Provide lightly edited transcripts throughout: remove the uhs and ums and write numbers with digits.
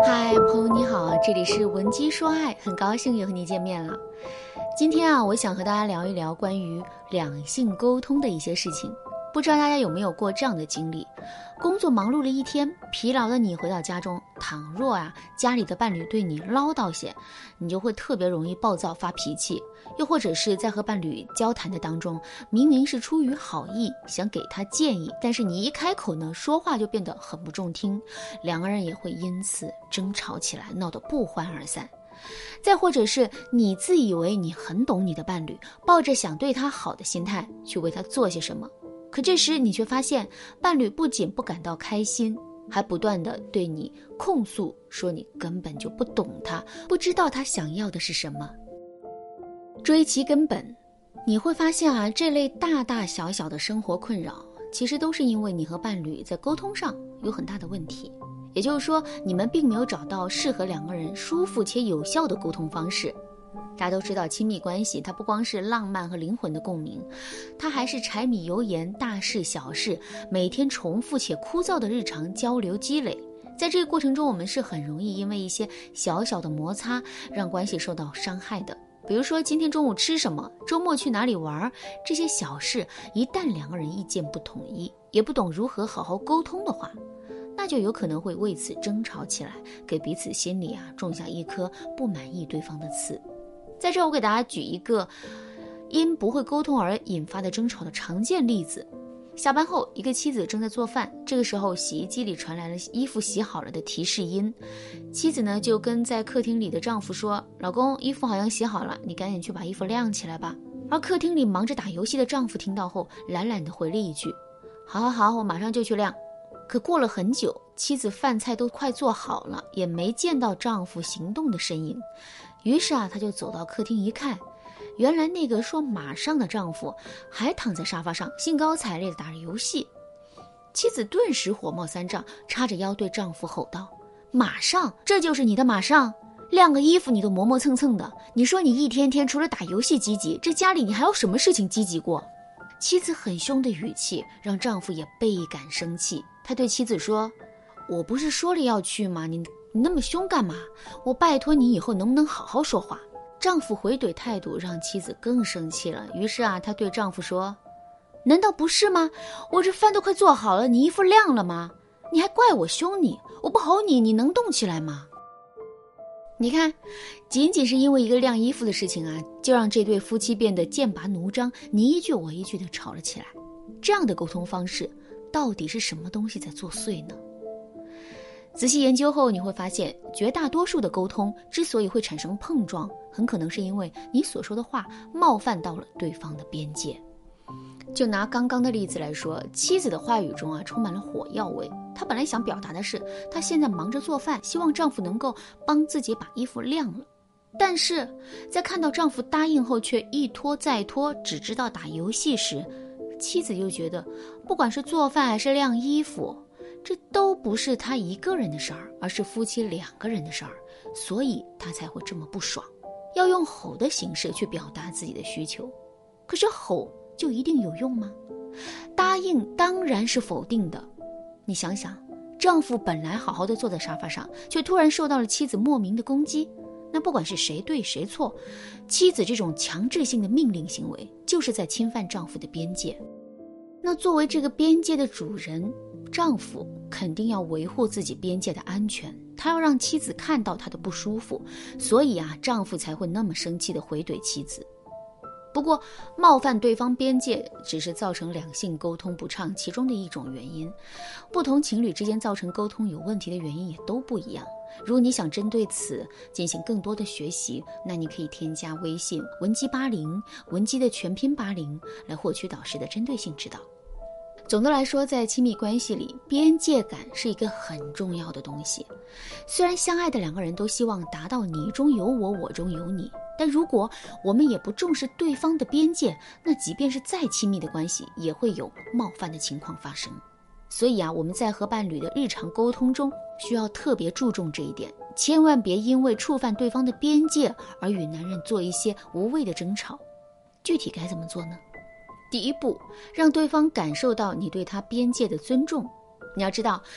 嗨，朋友你好，这里是文姬说爱，很高兴又和你见面了。今天我想和大家聊一聊关于两性沟通的一些事情。不知道大家有没有过这样的经历，工作忙碌了一天，疲劳的你回到家中，倘若家里的伴侣对你唠叨些，你就会特别容易暴躁发脾气。又或者是在和伴侣交谈的当中，明明是出于好意想给他建议，但是你一开口呢，说话就变得很不中听，两个人也会因此争吵起来，闹得不欢而散。再或者是你自以为你很懂你的伴侣，抱着想对他好的心态去为他做些什么，可这时你却发现伴侣不仅不感到开心，还不断地对你控诉，说你根本就不懂他，不知道他想要的是什么。追其根本，你会发现这类大大小小的生活困扰，其实都是因为你和伴侣在沟通上有很大的问题。也就是说，你们并没有找到适合两个人舒服且有效的沟通方式。大家都知道，亲密关系它不光是浪漫和灵魂的共鸣，它还是柴米油盐大事小事每天重复且枯燥的日常交流积累。在这个过程中，我们是很容易因为一些小小的摩擦让关系受到伤害的。比如说今天中午吃什么，周末去哪里玩，这些小事一旦两个人意见不统一，也不懂如何好好沟通的话，那就有可能会为此争吵起来，给彼此心里种下一颗不满意对方的刺。在这我给大家举一个因不会沟通而引发的争吵的常见例子。下班后，一个妻子正在做饭，这个时候洗衣机里传来了衣服洗好了的提示音。妻子呢就跟在客厅里的丈夫说，老公，衣服好像洗好了，你赶紧去把衣服晾起来吧。而客厅里忙着打游戏的丈夫听到后，懒懒地回了一句，好，我马上就去晾。可过了很久，妻子饭菜都快做好了，也没见到丈夫行动的身影。于是他就走到客厅一看，原来那个说马上的丈夫还躺在沙发上，兴高采烈地打着游戏。妻子顿时火冒三丈，叉着腰对丈夫吼道，马上？这就是你的马上？晾个衣服你都磨磨蹭蹭的，你说你一天天除了打游戏积极，这家里你还有什么事情积极过？妻子很凶的语气让丈夫也倍感生气，他对妻子说，我不是说了要去吗？你那么凶干嘛？我拜托你以后能不能好好说话？丈夫回怼态度让妻子更生气了，于是她对丈夫说，难道不是吗？我这饭都快做好了，你衣服晾了吗？你还怪我凶你？我不吼你，你能动起来吗？你看，仅仅是因为一个晾衣服的事情就让这对夫妻变得剑拔弩张，你一句我一句的吵了起来。这样的沟通方式到底是什么东西在作祟呢？仔细研究后，你会发现绝大多数的沟通之所以会产生碰撞，很可能是因为你所说的话冒犯到了对方的边界。就拿刚刚的例子来说，妻子的话语中充满了火药味。她本来想表达的是，她现在忙着做饭，希望丈夫能够帮自己把衣服晾了。但是在看到丈夫答应后却一拖再拖，只知道打游戏时，妻子又觉得不管是做饭还是晾衣服，这都不是他一个人的事儿，而是夫妻两个人的事儿，所以他才会这么不爽，要用吼的形式去表达自己的需求。可是吼就一定有用吗？答应当然是否定的。你想想，丈夫本来好好的坐在沙发上，却突然受到了妻子莫名的攻击，那不管是谁对谁错，妻子这种强制性的命令行为就是在侵犯丈夫的边界。那作为这个边界的主人，丈夫肯定要维护自己边界的安全，他要让妻子看到他的不舒服，所以丈夫才会那么生气地回怼妻子。不过冒犯对方边界只是造成两性沟通不畅其中的一种原因，不同情侣之间造成沟通有问题的原因也都不一样。如果你想针对此进行更多的学习，那你可以添加微信文姬80，文姬的全拼80，来获取导师的针对性指导。总的来说，在亲密关系里，边界感是一个很重要的东西。虽然相爱的两个人都希望达到你中有我，我中有你，但如果我们也不重视对方的边界，那即便是再亲密的关系，也会有冒犯的情况发生。所以我们在和伴侣的日常沟通中，需要特别注重这一点，千万别因为触犯对方的边界而与男人做一些无谓的争吵。具体该怎么做呢？第一步，让对方感受到你对他边界的尊重。你要知道，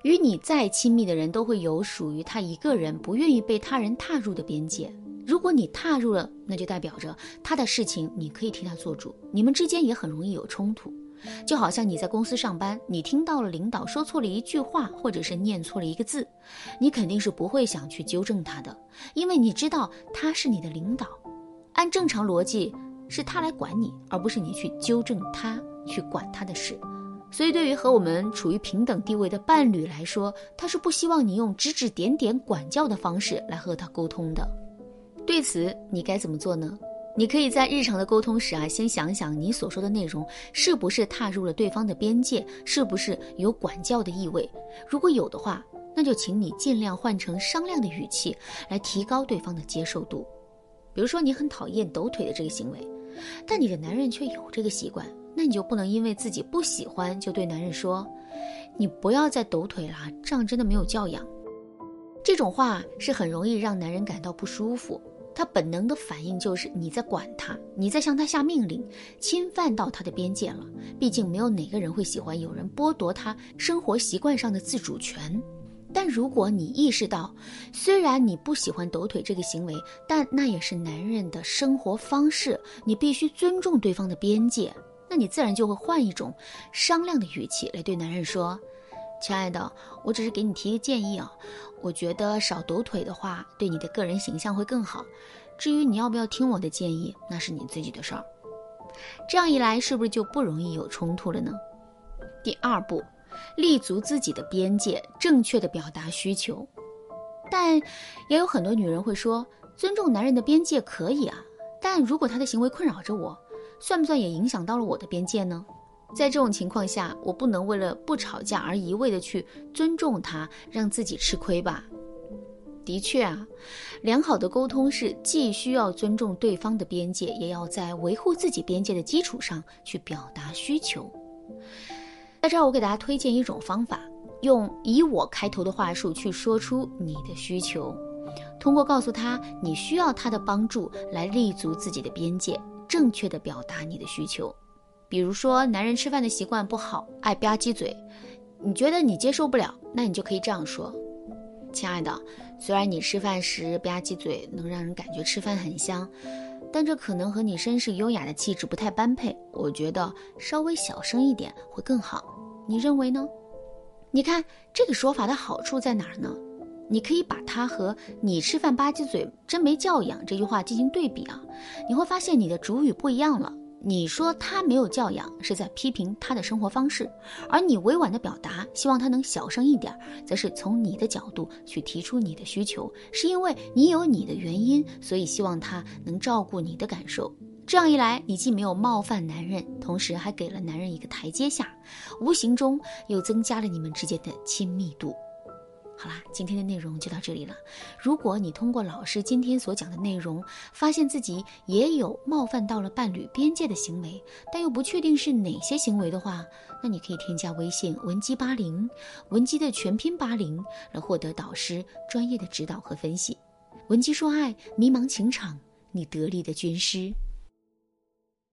与你再亲密的人都会有属于他一个人不愿意被他人踏入的边界。如果你踏入了，那就代表着他的事情你可以替他做主，你们之间也很容易有冲突。就好像你在公司上班，你听到了领导说错了一句话，或者是念错了一个字，你肯定是不会想去纠正他的，因为你知道他是你的领导。按正常逻辑，是他来管你，而不是你去纠正他，去管他的事。所以对于和我们处于平等地位的伴侣来说，他是不希望你用指指点点管教的方式来和他沟通的。对此你该怎么做呢？你可以在日常的沟通时先想想你所说的内容是不是踏入了对方的边界，是不是有管教的意味。如果有的话，那就请你尽量换成商量的语气，来提高对方的接受度。比如说你很讨厌抖腿的这个行为，但你的男人却有这个习惯，那你就不能因为自己不喜欢就对男人说，你不要再抖腿啦，这样真的没有教养。这种话是很容易让男人感到不舒服，他本能的反应就是你在管他，你在向他下命令，侵犯到他的边界了。毕竟没有哪个人会喜欢有人剥夺他生活习惯上的自主权。但如果你意识到，虽然你不喜欢抖腿这个行为，但那也是男人的生活方式，你必须尊重对方的边界，那你自然就会换一种商量的语气来对男人说，亲爱的，我只是给你提个建议我觉得少抖腿的话，对你的个人形象会更好。至于你要不要听我的建议，那是你自己的事儿。这样一来，是不是就不容易有冲突了呢？第二步，立足自己的边界，正确的表达需求。但也有很多女人会说，尊重男人的边界可以但如果他的行为困扰着我，算不算也影响到了我的边界呢？在这种情况下，我不能为了不吵架而一味的去尊重他，让自己吃亏吧。的确良好的沟通是既需要尊重对方的边界，也要在维护自己边界的基础上去表达需求。在这儿我给大家推荐一种方法，用以我开头的话术去说出你的需求，通过告诉他你需要他的帮助来立足自己的边界，正确的表达你的需求。比如说男人吃饭的习惯不好，爱吧唧嘴，你觉得你接受不了，那你就可以这样说，亲爱的，虽然你吃饭时吧唧嘴能让人感觉吃饭很香，但这可能和你绅士优雅的气质不太般配，我觉得稍微小声一点会更好，你认为呢？你看这个说法的好处在哪儿呢？你可以把它和你吃饭吧唧嘴真没教养这句话进行对比你会发现你的主语不一样了。你说他没有教养，是在批评他的生活方式，而你委婉的表达，希望他能小声一点，则是从你的角度去提出你的需求，是因为你有你的原因，所以希望他能照顾你的感受。这样一来，你既没有冒犯男人，同时还给了男人一个台阶下，无形中又增加了你们之间的亲密度。好啦，今天的内容就到这里了。如果你通过老师今天所讲的内容，发现自己也有冒犯到了伴侣边界的行为，但又不确定是哪些行为的话，那你可以添加微信文姬80，文姬的全拼80，来获得导师专业的指导和分析。文姬说爱，迷茫情场，你得力的军师。